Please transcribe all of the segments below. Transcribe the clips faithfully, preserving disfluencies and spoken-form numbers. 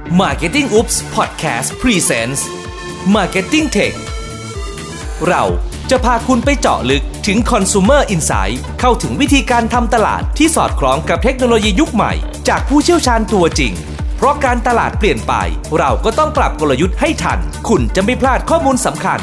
Marketing Oops Podcast Presents Marketing Tech เราจะพาคุณไปเจาะลึกถึง Consumer Insight เข้าถึงวิธีการทำตลาดที่สอดคล้องกับเทคโนโลยียุคใหม่จากผู้เชี่ยวชาญตัวจริงเพราะการตลาดเปลี่ยนไปเราก็ต้องปรับกลยุทธ์ให้ทันคุณจะไม่พลาดข้อมูลสำคัญ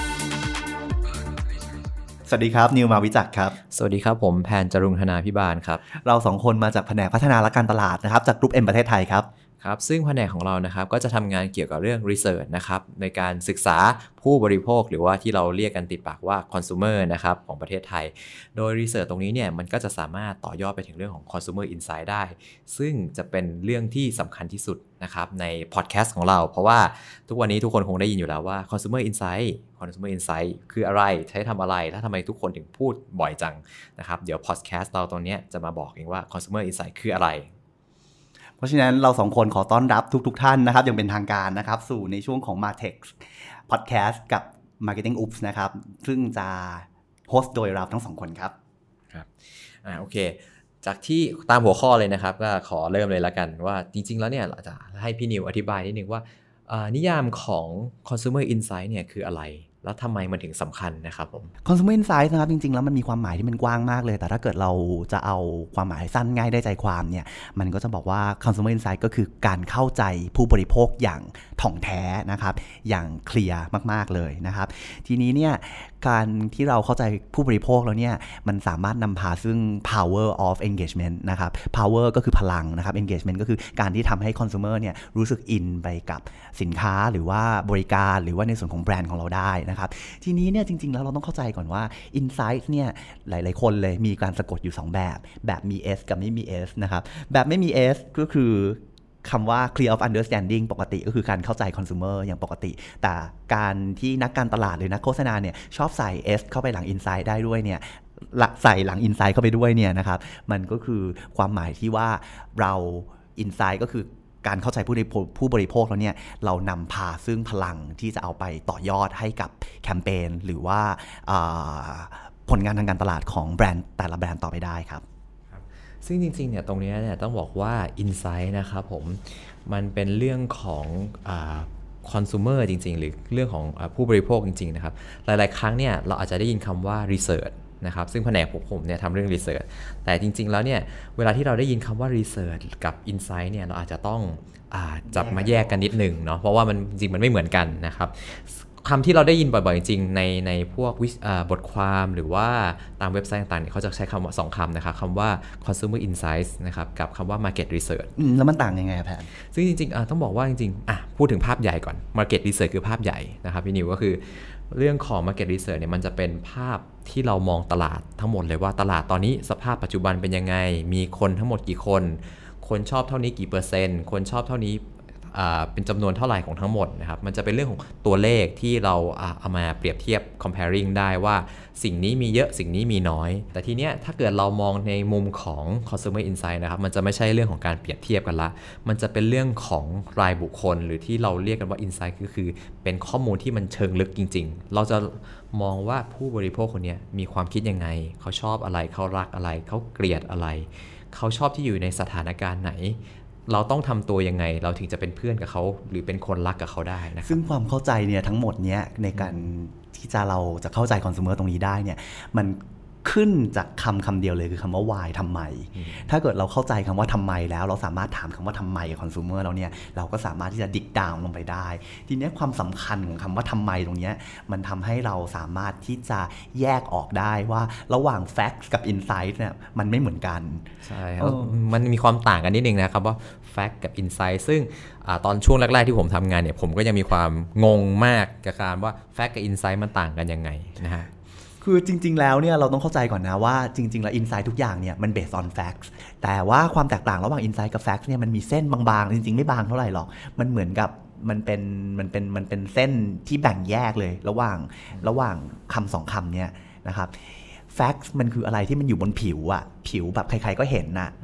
สวัสดีครับนิวมาวิจักรครับสวัสดีครับผมแพนจรุงธนาภิบาลครับเราสองคนมาจากแผนกพัฒนาและการตลาดนะครับจากกรุ๊ป M ประเทศไทยครับครับซึ่งแผนกของเรานะครับก็จะทำงานเกี่ยวกับเรื่อง research นะครับในการศึกษาผู้บริโภคหรือว่าที่เราเรียกกันติดปากว่า consumer นะครับของประเทศไทยโดย research ตรงนี้เนี่ยมันก็จะสามารถต่อยอดไปถึงเรื่องของ consumer insight ได้ซึ่งจะเป็นเรื่องที่สำคัญที่สุดนะครับใน podcast ของเราเพราะว่าทุกวันนี้ทุกคนคงได้ยินอยู่แล้วว่า consumer insight consumer insight คืออะไรใช้ทำอะไรและทำไมทุกคนถึงพูดบ่อยจังนะครับเดี๋ยว podcast เราตรงนี้จะมาบอกเองว่า consumer insight คืออะไรเพราะฉะนั้นเราสองคนขอต้อนรับทุกๆท่านนะครับอย่างเป็นทางการนะครับสู่ในช่วงของ Martech Podcast กับ Marketing Oops นะครับซึ่งจะโฮสต์โดยเราทั้งสองคนครับครับอ่าโอเคจากที่ตามหัวข้อเลยนะครับก็ขอเริ่มเลยละกันว่าจริงๆแล้วเนี่ยเราจะให้พี่นิวอธิบายนิดนึงว่านิยามของ Consumer Insight เนี่ยคืออะไรแล้วทำไมมันถึงสำคัญนะครับผม Consumer Insight นะครับจริงๆแล้วมันมีความหมายที่มันกว้างมากเลยแต่ถ้าเกิดเราจะเอาความหมายสั้นง่ายได้ใจความเนี่ยมันก็จะบอกว่า Consumer Insight ก็คือการเข้าใจผู้บริโภคอย่างถ่องแท้นะครับอย่างเคลียร์มากๆเลยนะครับทีนี้เนี่ยการที่เราเข้าใจผู้บริโภคแล้วเนี่ยมันสามารถนำพาซึ่ง power of engagement นะครับ power ก็คือพลังนะครับ engagement ก็คือการที่ทำให้ consumer เนี่ยรู้สึกอินไปกับสินค้าหรือว่าบริการหรือว่าในส่วนของแบรนด์ของเราได้นะครับทีนี้เนี่ยจริงๆแล้วเราต้องเข้าใจก่อนว่า insight เนี่ยหลายๆคนเลยมีการสะกดอยู่สองแบบแบบมี S กับไม่มี S นะครับแบบไม่มี S ก็คือคำว่า clear of understanding ปกติก็คือการเข้าใจ consumer อย่างปกติแต่การที่นักการตลาดหรือนักโฆษณาเนี่ยชอบใส่ S เข้าไปหลัง insight ได้ด้วยเนี่ยใส่หลัง insight เข้าไปด้วยเนี่ยนะครับมันก็คือความหมายที่ว่าเรา insight ก็คือการเข้าใจผู้บริโภคผู้บริโภคแล้วเนี่ยเรานำพาซึ่งพลังที่จะเอาไปต่อยอดให้กับแคมเปญหรือว่าผลงานทางการตลาดของแบรนด์แต่ละแบรนด์ต่อไปได้ครับซึ่งจริงๆเนี่ยตรงนี้เนี่ยต้องบอกว่า Insight นะครับผมมันเป็นเรื่องของอ่า consumer จริงๆหรือเรื่องของผู้บริโภคจริงๆนะครับหลายๆครั้งเนี่ยเราอาจจะได้ยินคำว่า research นะครับซึ่งแผนกผมผมเนี่ยทำเรื่อง research แต่จริงๆแล้วเนี่ยเวลาที่เราได้ยินคำว่า research กับ insight เนี่ยเราอาจจะต้องอ่าจับมาแยกกันนิดหนึ่งเนาะเพราะว่ามันจริงมันไม่เหมือนกันนะครับคำที่เราได้ยินบ่อยๆจริงๆในในพวกบทความหรือว่าตามเว็บไซต์ต่างๆเนี่ยเขาจะใช้คำว่าสองคำนะครับคำว่า consumer insights นะครับกับคำว่า market research แล้วมันต่างยังไงแพนซึ่งจริงๆต้องบอกว่าจริงๆอ่ะพูดถึงภาพใหญ่ก่อน market research คือภาพใหญ่นะครับพี่นิวก็คือเรื่องของ market research เนี่ยมันจะเป็นภาพที่เรามองตลาดทั้งหมดเลยว่าตลาดตอนนี้สภาพปัจจุบันเป็นยังไงมีคนทั้งหมดกี่คนคนชอบเท่านี้กี่เปอร์เซ็นต์คนชอบเท่านี้เป็นจำนวนเท่าไหร่ของทั้งหมดนะครับมันจะเป็นเรื่องของตัวเลขที่เราเอามาเปรียบเทียบ comparing ได้ว่าสิ่งนี้มีเยอะสิ่งนี้มีน้อยแต่ทีเนี้ยถ้าเกิดเรามองในมุมของ consumer insight นะครับมันจะไม่ใช่เรื่องของการเปรียบเทียบกันละมันจะเป็นเรื่องของรายบุคคลหรือที่เราเรียกกันว่า insight ก็คือเป็นข้อมูลที่มันเชิงลึกจริงๆเราจะมองว่าผู้บริโภคคนนี้มีความคิดยังไงเขาชอบอะไรเขารักอะไรเขาเกลียดอะไรเขาชอบที่อยู่ในสถานการณ์ไหนเราต้องทำตัวยังไงเราถึงจะเป็นเพื่อนกับเขาหรือเป็นคนรักกับเขาได้นะครับซึ่งความเข้าใจเนี่ยทั้งหมดเนี้ยในการที่จะเราจะเข้าใจคอน sumer ตรงนี้ได้เนี่ยมันขึ้นจากคำคำเดียวเลยคือคำว่า why ทำไมถ้าเกิดเราเข้าใจคำว่าทำไมแล้วเราสามารถถามคำว่าทำไมกับคอน sumer แล้วเนี่ยเราก็สามารถที่จะดิกดาวน์ลงไปได้ทีนี้ความสำคัญของคำว่าทำไมตรงนี้มันทำให้เราสามารถที่จะแยกออกได้ว่าระหว่าง facts กับ insight เนี่ยมันไม่เหมือนกันใช่ครับมันมีความต่างกันนิดนึงนะครับว่า fact กับ insight ซึ่งอตอนช่วงแรกๆที่ผมทำงานเนี่ยผมก็ยังมีความงงมากกับการว่า fact กับ insight มันต่างกันยังไงนะฮะคือจริงๆแล้วเนี่ยเราต้องเข้าใจก่อนนะว่าจริงๆแล้ว insight ทุกอย่างเนี่ยมัน based on facts แต่ว่าความแตกต่างระหว่าง insight กับ facts เนี่ยมันมีเส้นบางๆจริงๆไม่บางเท่าไหร่หรอกมันเหมือนกับมันเป็นมันเป็นมันเป็นเส้นที่แบ่งแยกเลยระหว่างระหว่างคำสองคำเนี่ยนะครับ facts มันคืออะไรที่มันอยู่บนผิวอะผิวแบบใครๆก็เห็นน่ะ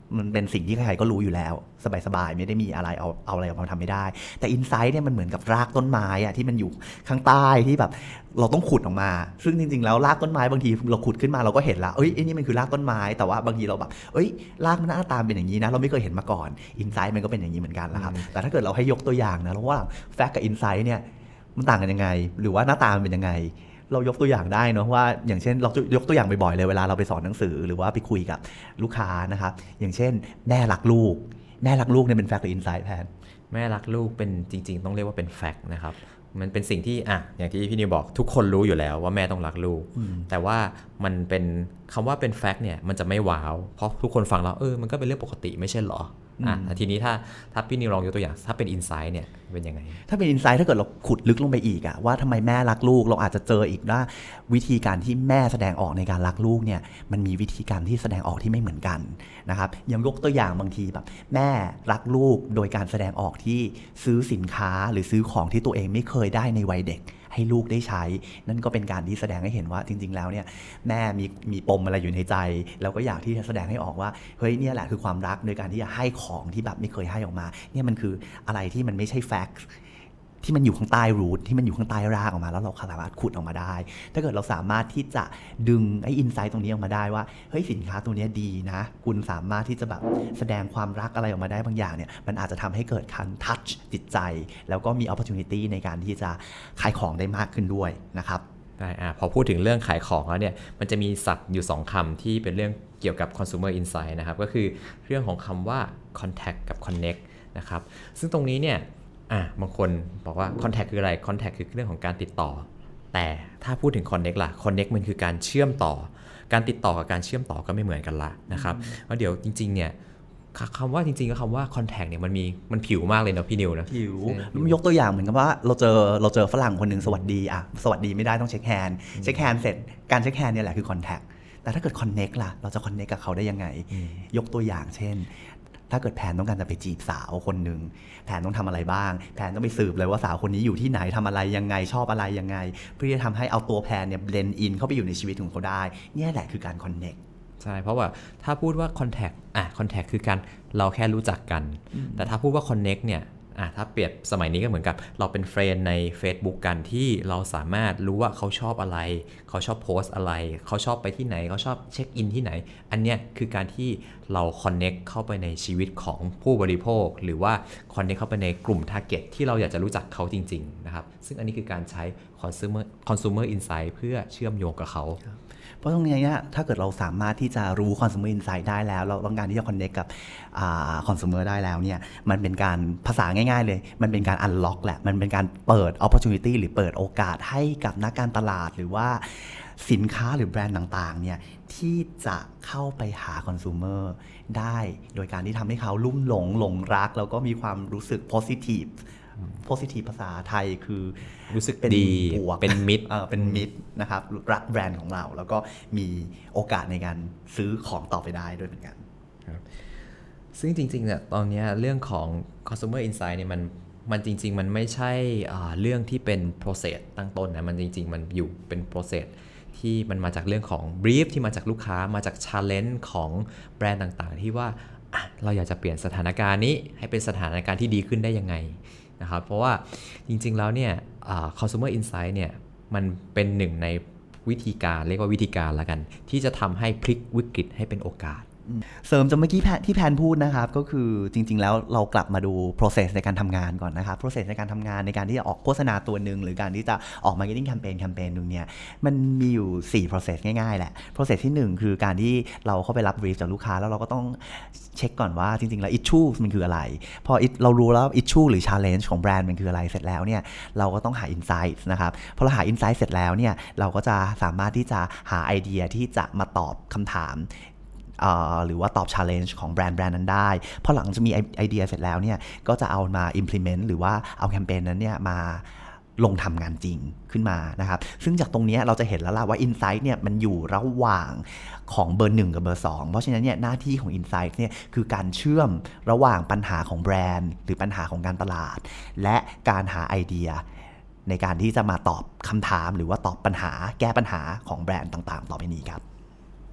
มันเป็นสิ่งที่ใครๆก็รู้อยู่แล้วสบายๆไม่ได้มีอะไรเอาเอาอะไรออกมาทำไม่ได้แต่อินไซต์เนี่ยมันเหมือนกับรากต้นไม้อะที่มันอยู่ข้างใต้ที่แบบเราต้องขุดออกมาซึ่งจริงๆแล้วรากต้นไม้บางทีเราขุดขึ้นมาเราก็เห็นละเอ้ยนี่มันคือรากต้นไม้แต่ว่าบางทีเราแบบเอ้ยรากมันหน้าตาเป็นอย่างนี้นะเราไม่เคยเห็นมาก่อนอินไซต์มันก็เป็นอย่างนี้เหมือนกันนะครับแต่ถ้าเกิดเราให้ยกตัวอย่างนะเราว่าแฟกต์กับอินไซต์เนี่ยมันต่างกันยังไงหรือว่าหน้าตามันเป็นยังไงเรายกตัวอย่างได้เนาะว่าอย่างเช่นเรายกตัวอย่างบ่อยๆเลยเวลาเราไปสอนหนังสือหรือว่าไปคุยกับลูกค้านะครับอย่างเช่นแม่รักลูกแม่รักลูกเนี่ยเป็นแฟกต์หรืออินไซต์แพนแม่รักลูกเป็นจริงๆต้องเรียกว่าเป็นแฟกต์นะครับมันเป็นสิ่งที่อ่ะอย่างที่พี่นิวบอกทุกคนรู้อยู่แล้วว่าแม่ต้องรักลูกแต่ว่ามันเป็นคำว่าเป็นแฟกต์เนี่ยมันจะไม่ว้าวเพราะทุกคนฟังแล้วเออมันก็เป็นเรื่องปกติไม่ใช่หรออ่ะทีนี้ถ้าถ้าพี่นิวลองยกตัวอย่างถ้าเป็นอินไซต์เนี่ยเป็นยังไงถ้าเป็นอินไซต์ถ้าเกิดเราขุดลึกลงไปอีกอะว่าทำไมแม่รักลูกเราอาจจะเจออีกว่าวิธีการที่แม่แสดงออกในการรักลูกเนี่ยมันมีวิธีการที่แสดงออกที่ไม่เหมือนกันนะครับอย่างยกตัวอย่างบางทีแบบแม่รักลูกโดยการแสดงออกที่ซื้อสินค้าหรือซื้อของที่ตัวเองไม่เคยได้ในวัยเด็กให้ลูกได้ใช้นั่นก็เป็นการที่แสดงให้เห็นว่าจริงๆแล้วเนี่ยแม่มีมีปมอะไรอยู่ในใจแล้วก็อยากที่จะแสดงให้ออกว่าเฮ้ยเนี่ยแหละคือความรักโดยการที่จะให้ของที่แบบไม่เคยให้ออกมาเนี่ยมันคืออะไรที่มันไม่ใช่แฟกต์ที่มันอยู่ข้างใต้รูทที่มันอยู่ข้างใต้รากออกมาแล้วเราสามารถขุดออกมาได้ถ้าเกิดเราสามารถที่จะดึงไอ้อินไซต์ตรงนี้ออกมาได้ว่าเฮ้ยสินค้าตัวนี้ดีนะคุณสามารถที่จะแบบแสดงความรักอะไรออกมาได้บางอย่างเนี่ยมันอาจจะทำให้เกิดการทัชจิตใจแล้วก็มี opportunity ในการที่จะขายของได้มากขึ้นด้วยนะครับได้อ่ะพอพูดถึงเรื่องขายของแล้วเนี่ยมันจะมีศัพท์อยู่สองคำที่เป็นเรื่องเกี่ยวกับ consumer insight นะครับก็คือเรื่องของคำว่า contact กับ connect นะครับซึ่งตรงนี้เนี่ยอ่ะบางคนบอกว่า contact คืออะไร contact คือเรื่องของการติดต่อแต่ถ้าพูดถึง connect ล่ะ connect มันคือการเชื่อมต่อการติดต่อกับการเชื่อมต่อก็ไม่เหมือนกันละนะครับเพราะเดี๋ยวจริงๆเนี่ยคำว่าจริงๆก็คำว่า contact เนี่ยมันมีมันผิวมากเลยเนาะพี่นิวนะผิวยกตัวอย่างเหมือนกับว่าเราเจอเราเจอฝรั่งคนหนึ่งสวัสดีอ่ะสวัสดีไม่ได้ต้องเช็คแฮนด์เช็คแฮนด์เสร็จการเช็คแฮนด์เนี่ยแหละคือ contact แต่ถ้าเกิด connect ล่ะเราจะ connect กับเขาได้ยังไงยกตัวอย่างเช่นถ้าเกิดแผนต้องการจะไปจีบสาวคนหนึ่งแผนต้องทำอะไรบ้างแผนต้องไปสืบเลยว่าสาวคนนี้อยู่ที่ไหนทำอะไรยังไงชอบอะไรยังไงเพื่อจะทำให้เอาตัวแผนเนี่ยเบลนด์อินเข้าไปอยู่ในชีวิตของเขาได้เนี่ยแหละคือการ connect ใช่เพราะว่าถ้าพูดว่า contact อ่ะ contact คือการเราแค่รู้จักกันแต่ถ้าพูดว่า connect เนี่ยอ่ะถ้าเปรียบสมัยนี้ก็เหมือนกับเราเป็นเฟรนด์ใน Facebook กันที่เราสามารถรู้ว่าเขาชอบอะไรเขาชอบโพสต์อะไรเขาชอบไปที่ไหนเขาชอบเช็คอินที่ไหนอันเนี้ยคือการที่เรา connect เข้าไปในชีวิตของผู้บริโภคหรือว่า connect เข้าไปในกลุ่ม target ที่เราอยากจะรู้จักเขาจริงๆนะครับซึ่งอันนี้คือการใช้ consumer consumer insight เพื่อเชื่อมโยงกับเขาเพราะตรงนี้เนี่ยถ้าเกิดเราสามารถที่จะรู้ consumer insight ได้แล้วเราต้องการที่จะ connect กับ consumer ได้แล้วเนี่ยมันเป็นการภาษาง่ายๆเลยมันเป็นการ unlock แหละมันเป็นการเปิด opportunity หรือเปิดโอกาสให้กับนักการตลาดหรือว่าสินค้าหรือแบรนด์ต่างๆเนี่ยที่จะเข้าไปหา consumer ได้โดยการที่ทำให้เขาลุ่มหลงหลงรักแล้วก็มีความรู้สึก positive positive ภาษาไทยคือรู้สึกดีเป็นมิตรเป็นมิตรนะครับรักแบรนด์ของเราแล้วก็มีโอกาสในการซื้อของต่อไปได้ด้วยเหมือนกันซึ่งจริงๆเนี่ยตอนนี้เรื่องของ consumer insight เนี่ยมันมันจริงๆมันไม่ใช่เรื่องที่เป็น process ตั้งต้นนะมันจริงๆมันอยู่เป็น process ที่มันมาจากเรื่องของ brief ที่มาจากลูกค้ามาจาก challenge ของแบรนด์ต่างๆที่ว่าเราอยากจะเปลี่ยนสถานการณ์นี้ให้เป็นสถานการณ์ที่ดีขึ้นได้ยังไงนะครับเพราะว่าจริงๆแล้วเนี่ย consumer insight เนี่ยมันเป็นหนึ่งในวิธีการเรียกว่าวิธีการละกันที่จะทำให้พลิกวิกฤตให้เป็นโอกาสเสริมจากเมื่อกี้ที่แพนพูดนะครับก็คือจริงๆแล้วเรากลับมาดู process ในการทำงานก่อนนะครับ process ในการทำงานในการที่จะออกโฆษณาตัวหนึ่งหรือการที่จะออก marketing campaign campaign นึงเนี่ยมันมีอยู่สี่ process ง่ายๆแหละ process ที่หนึ่งคือการที่เราเข้าไปรับ brief จากลูกค้าแล้วเราก็ต้องเช็คก่อนว่าจริงๆแล้ว issue มันคืออะไรพอเรารู้แล้ว issue หรือ challenge ของแบรนด์มันคืออะไรเสร็จแล้วเนี่ยเราก็ต้องหา insight นะครับพอเราหา insight เสร็จแล้วเนี่ยเราก็จะสามารถที่จะหาไอเดียที่จะมาตอบคำถามหรือว่าตอบ challenge ของแบรนด์แบรนด์นั้นได้พอหลังจะมีไอเดียเสร็จแล้วเนี่ยก็จะเอามา implement หรือว่าเอาแคมเปญนั้นเนี่ยมาลงทำงานจริงขึ้นมานะครับซึ่งจากตรงนี้เราจะเห็นแล้วล่ะว่า insight เนี่ยมันอยู่ระหว่างของเบอร์หนึ่งกับเบอร์สองเพราะฉะนั้นเนี่ยหน้าที่ของ insight เนี่ยคือการเชื่อมระหว่างปัญหาของแบรนด์หรือปัญหาของการตลาดและการหาไอเดียในการที่จะมาตอบคำถามหรือว่าตอบปัญหาแก้ปัญหาของแบรนด์ต่างๆต่อไปนี้ครับ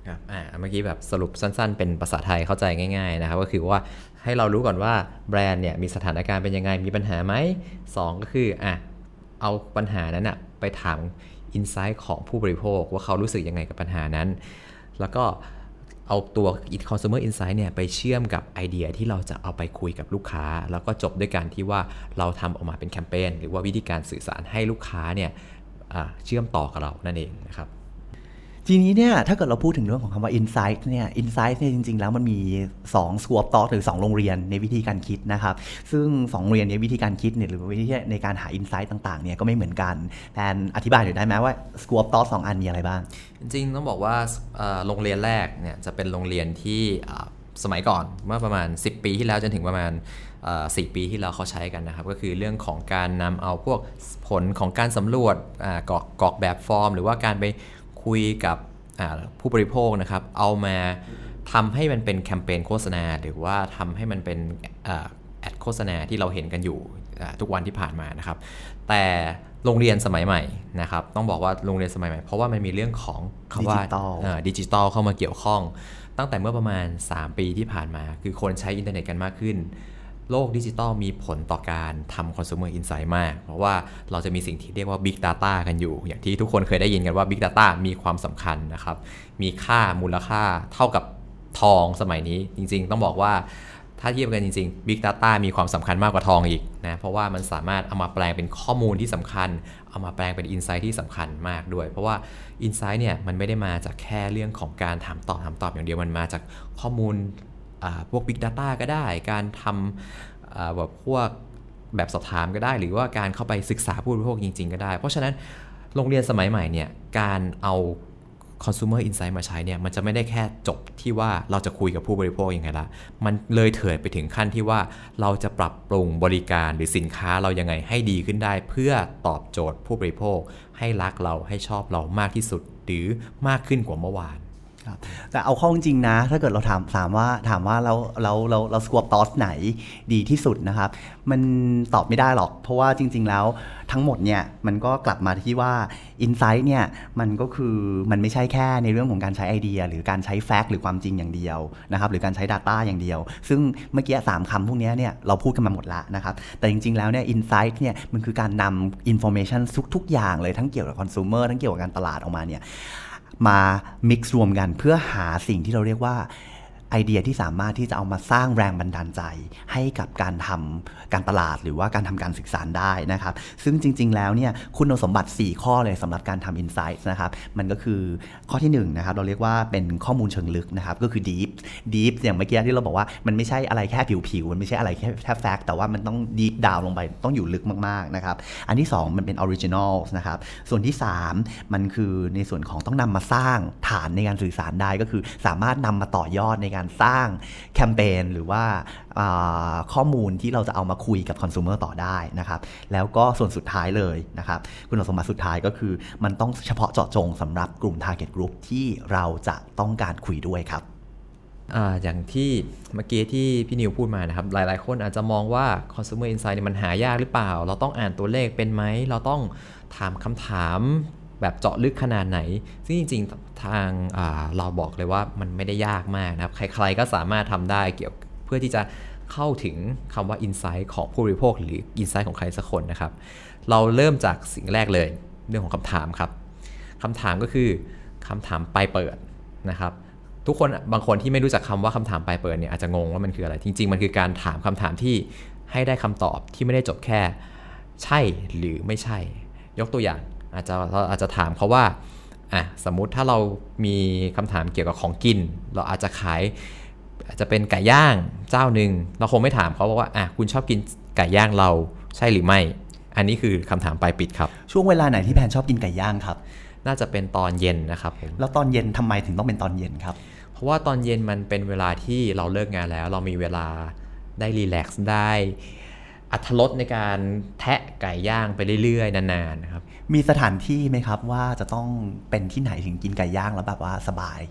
ครับอ่าเมื่อกี้แบบสรุปสั้นๆเป็นภาษาไทยเข้าใจง่ายๆนะครับก็คือว่าให้เรารู้ก่อนว่าแบรนด์เนี่ยมีสถานการณ์เป็นยังไงมีปัญหาไหมสองก็คืออ่ะเอาปัญหานั้นอะไปถามอินไซต์ของผู้บริโภคว่าเขารู้สึกยังไงกับปัญหานั้นแล้วก็เอาตัว consumer insight เนี่ยไปเชื่อมกับไอเดียที่เราจะเอาไปคุยกับลูกค้าแล้วก็จบด้วยการที่ว่าเราทำออกมาเป็นแคมเปญหรือว่าวิธีการสื่อสารให้ลูกค้าเนี่ยเชื่อมต่อกับเรานั่นเองนะครับทีนี้เนี่ยถ้าเกิดเราพูดถึงเรื่องของคำว่า insight เนี่ย insight เนี่ยจริงๆแล้วมันมีสอง school of thought หรือสองโรงเรียนในวิธีการคิดนะครับซึ่งสองโรงเรียนในวิธีการคิดเนี่ยหรือวิธีในการหา insight ต่างๆเนี่ยก็ไม่เหมือนกันแทนอธิบายหน่อยได้ไหมว่า school of thought สองอันมีอะไรบ้างจริงๆต้องบอกว่าโรงเรียนแรกเนี่ยจะเป็นโรงเรียนที่สมัยก่อนเมื่อประมาณสิบปีที่แล้วจนถึงประมาณสี่ปีที่เราเขาใช้กันนะครับก็คือเรื่องของการนำเอาพวกผลของการสำรวจกรอกกรอกแบบฟอร์มหรือว่าการไปคุยกับผู้บริโภคนะครับเอามาทำให้มันเป็นแคมเปญโฆษณาหรือว่าทำให้มันเป็นแอดโฆษณาที่เราเห็นกันอยู่ทุกวันที่ผ่านมานะครับแต่โรงเรียนสมัยใหม่นะครับต้องบอกว่าโรงเรียนสมัยใหม่เพราะว่ามันมีเรื่องของคำว่าดิจิตอลเข้ามาเกี่ยวข้องตั้งแต่เมื่อประมาณสามปีที่ผ่านมาคือคนใช้อินเทอร์เน็ตกันมากขึ้นโลกดิจิตอลมีผลต่อการทำ consumer insight มากเพราะว่าเราจะมีสิ่งที่เรียกว่า big data กันอยู่อย่างที่ทุกคนเคยได้ยินกันว่า big data มีความสำคัญนะครับมีค่ามูลค่าเท่ากับทองสมัยนี้จริงๆต้องบอกว่าถ้าเทียบกันจริงๆ big data มีความสำคัญมากกว่าทองอีกนะเพราะว่ามันสามารถเอามาแปลงเป็นข้อมูลที่สำคัญเอามาแปลงเป็น insight ที่สำคัญมากด้วยเพราะว่า insight เนี่ยมันไม่ได้มาจากแค่เรื่องของการถามตอบถามตอบอย่างเดียวมันมาจากข้อมูลพวก Big Data ก็ได้การทำแบบพวกแบบสอบถามก็ได้หรือว่าการเข้าไปศึกษาผู้บริโภคจริงๆก็ได้เพราะฉะนั้นโรงเรียนสมัยใหม่เนี่ยการเอา consumer insight มาใช้เนี่ยมันจะไม่ได้แค่จบที่ว่าเราจะคุยกับผู้บริโภคยังไงละมันเลยเถิดไปถึงขั้นที่ว่าเราจะปรับปรุงบริการหรือสินค้าเรายังไงให้ดีขึ้นได้เพื่อตอบโจทย์ผู้บริโภคให้รักเราให้ชอบเรามากที่สุดหรือมากขึ้นกว่าเมื่อวานแต่เอาเข้าจริงๆนะถ้าเกิดเราถามถามว่าถามว่าเราเราเราเราสควอปตอสไหนดีที่สุดนะครับมันตอบไม่ได้หรอกเพราะว่าจริงๆแล้วทั้งหมดเนี่ยมันก็กลับมาที่ว่า Insight เนี่ยมันก็คือมันไม่ใช่แค่ในเรื่องของการใช้ไอเดียหรือการใช้แฟกต์หรือความจริงอย่างเดียวนะครับหรือการใช้ Data อย่างเดียวซึ่งเมื่อกี้สามคำพวกนี้เนี่ยเราพูดกันมาหมดละนะครับแต่จริงๆแล้วเนี่ย Insight เนี่ยมันคือการนำ information ทุกๆอย่างเลยทั้งเกี่ยวกับ consumer ทั้งเกี่ยวกับการตลาดออกมาเนี่ยมา mix รวมกันเพื่อหาสิ่งที่เราเรียกว่าไอเดียที่สามารถที่จะเอามาสร้างแรงบันดาลใจให้กับการทำการตลาดหรือว่าการทำการศึกษาได้นะครับซึ่งจริงๆแล้วเนี่ยคุณสมบัติสี่ข้อเลยสำหรับการทำ Insight นะครับมันก็คือข้อที่หนึ่งนะครับเราเรียกว่าเป็นข้อมูลเชิงลึกนะครับก็คือ Deep Deep อย่างเมื่อกี้ที่เราบอกว่ามันไม่ใช่อะไรแค่ผิวๆมันไม่ใช่อะไรแค่แค่ Fact แต่ว่ามันต้อง Deep Down ลงไปต้องอยู่ลึกมากๆนะครับอันที่สองมันเป็น Original นะครับส่วนที่สามมันคือในส่วนของต้องนำมาสร้างฐานในการสื่อสารได้ก็คือสามารถนำมาต่อยอดในการสร้างแคมเปญหรือว่าข้อมูลที่เราจะเอามาคุยกับ consumer ต่อได้นะครับแล้วก็ส่วนสุดท้ายเลยนะครับคุณสมบัติสุดท้ายก็คือมันต้องเฉพาะเจาะจงสำหรับกลุ่ม target group ที่เราจะต้องการคุยด้วยครับอ่าอย่างที่เมื่อกี้ที่พี่นิวพูดมานะครับหลายๆคนอาจจะมองว่า consumer insight เนี่ยมันหายากหรือเปล่าเราต้องอ่านตัวเลขเป็นไหมเราต้องถามคำถามแบบเจาะลึกขนาดไหนซึ่งจริงๆทางเราบอกเลยว่ามันไม่ได้ยากมากนะครับใครๆก็สามารถทำได้เกี่ยวเพื่อที่จะเข้าถึงคำว่า insight ของผู้บริโภคหรือ insight ของใครสักคนนะครับเราเริ่มจากสิ่งแรกเลยเรื่องของคำถามครับคำถามก็คือคำถามปลายเปิดนะครับทุกคนบางคนที่ไม่รู้จักคำว่าคำถามปลายเปิดเนี่ยอาจจะงงว่ามันคืออะไรจริงๆมันคือการถามคำถามที่ให้ได้คำตอบที่ไม่ได้จบแค่ใช่หรือไม่ใช่ยกตัวอย่างอาจจะเราอาจจะถามเขาว่าอ่ะสมมุติถ้าเรามีคำถามเกี่ยวกับของกินเราอาจจะขายอาจจะเป็นไก่ย่างเจ้าหนึ่งเราคงไม่ถามเขาว่าอ่ะคุณชอบกินไก่ย่างเราใช่หรือไม่อันนี้คือคำถามปลายปิดครับช่วงเวลาไหนที่แพนชอบกินไก่ย่างครับน่าจะเป็นตอนเย็นนะครับผมแล้วตอนเย็นทำไมถึงต้องเป็นตอนเย็นครับเพราะว่าตอนเย็นมันเป็นเวลาที่เราเลิกงานแล้วเรามีเวลาได้รีแลกซ์ได้อรรถรสในการแทะไก่ย่างไปเรื่อยๆนานๆนะครับมีสถานที่ไหมครับว่าจะต้องเป็นที่ไหนถึงกินไก่ย่างแล้วแบบว่าสบาย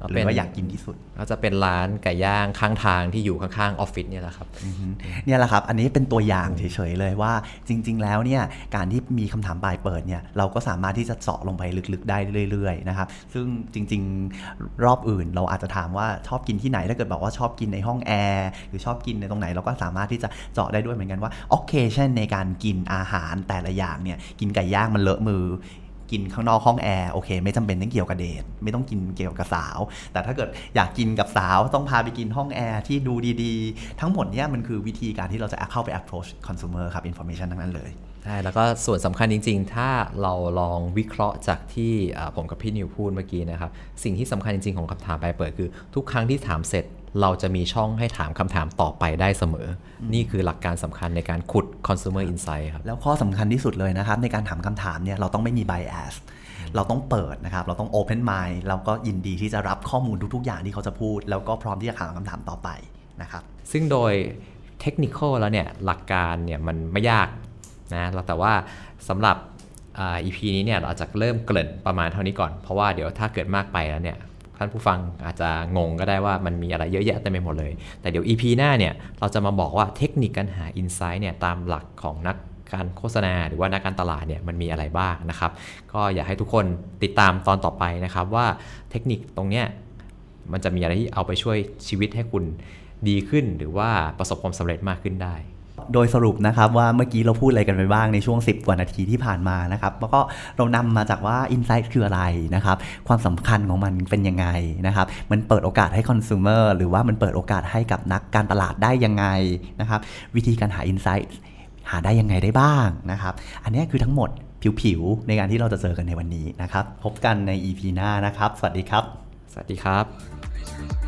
หรือว่าอยากกินที่สุดก็จะเป็นร้านไก่ย่างข้างทางที่อยู่ข้างๆออฟฟิศเนี่ยแหละครับเนี่ยแหละครับอันนี้เป็นตัวอย่างเฉยๆเลยว่าจริงๆแล้วเนี่ยการที่มีคำถามปลายเปิดเนี่ยเราก็สามารถที่จะเจาะลงไปลึกๆได้เรื่อยๆนะครับซึ่งจริงๆรอบอื่นเราอาจจะถามว่าชอบกินที่ไหนถ้าเกิดบอกว่าชอบกินในห้องแอร์หรือชอบกินในตรงไหนเราก็สามารถที่จะเจาะได้ด้วยเหมือนกันว่า occasion ในการกินอาหารแต่ละอย่างเนี่ยกินไก่ย่างมันเลอะมือกินข้างนอกห้องแอร์โอเคไม่จำเป็นต้องเกี่ยวกับเดทไม่ต้องกินเกี่ยวกับสาวแต่ถ้าเกิดอยากกินกับสาวต้องพาไปกินห้องแอร์ที่ดูดีๆทั้งหมดเนี่ยมันคือวิธีการที่เราจะเข้าไป approach consumer ครับ information ทั้งนั้นเลยใช่แล้วก็ส่วนสำคัญจริงๆถ้าเราลองวิเคราะห์จากที่ผมกับพี่นิวพูดเมื่อกี้นะครับสิ่งที่สำคัญจริงๆของคำถามปลายเปิดคือทุกครั้งที่ถามเสร็จเราจะมีช่องให้ถามคำถามต่อไปได้เสมอนี่คือหลักการสำคัญในการขุด consumer insight ครับแล้วข้อสำคัญที่สุดเลยนะครับในการถามคำถามเนี่ยเราต้องไม่มี bias เราต้องเปิดนะครับเราต้อง open mind แล้วก็ยินดีที่จะรับข้อมูลทุกๆอย่างที่เขาจะพูดแล้วก็พร้อมที่จะถามคำถามต่อไปนะครับซึ่งโดยเทคนิคแล้วเนี่ยหลักการเนี่ยมันไม่ยากนะแต่ว่าสำหรับ อี พี นี้เนี่ยเราจะเริ่มเกริ่นประมาณเท่านี้ก่อนเพราะว่าเดี๋ยวถ้าเกิดมากไปแล้วเนี่ยท่านผู้ฟังอาจจะงงก็ได้ว่ามันมีอะไรเยอะแยะเต็มไปหมดเลยแต่เดี๋ยว อี พี หน้าเนี่ยเราจะมาบอกว่าเทคนิคการหา Insight เนี่ยตามหลักของนักการโฆษณาหรือว่านักการตลาดเนี่ยมันมีอะไรบ้างนะครับก็อยากให้ทุกคนติดตามตอนต่อไปนะครับว่าเทคนิคตรงเนี้ยมันจะมีอะไรที่เอาไปช่วยชีวิตให้คุณดีขึ้นหรือว่าประสบความสำเร็จมากขึ้นได้โดยสรุปนะครับว่าเมื่อกี้เราพูดอะไรกันไปบ้างในช่วงสิบกว่านาทีที่ผ่านมานะครับแล้วก็เรานำมาจากว่า Insight คืออะไรนะครับความสำคัญของมันเป็นยังไงนะครับมันเปิดโอกาสให้ consumer หรือว่ามันเปิดโอกาสให้กับนักการตลาดได้ยังไงนะครับวิธีการหา Insight หาได้ยังไงได้บ้างนะครับอันนี้คือทั้งหมดผิวๆในการที่เราจะเจอกันในวันนี้นะครับพบกันใน อี พี หน้านะครับสวัสดีครับสวัสดีครับ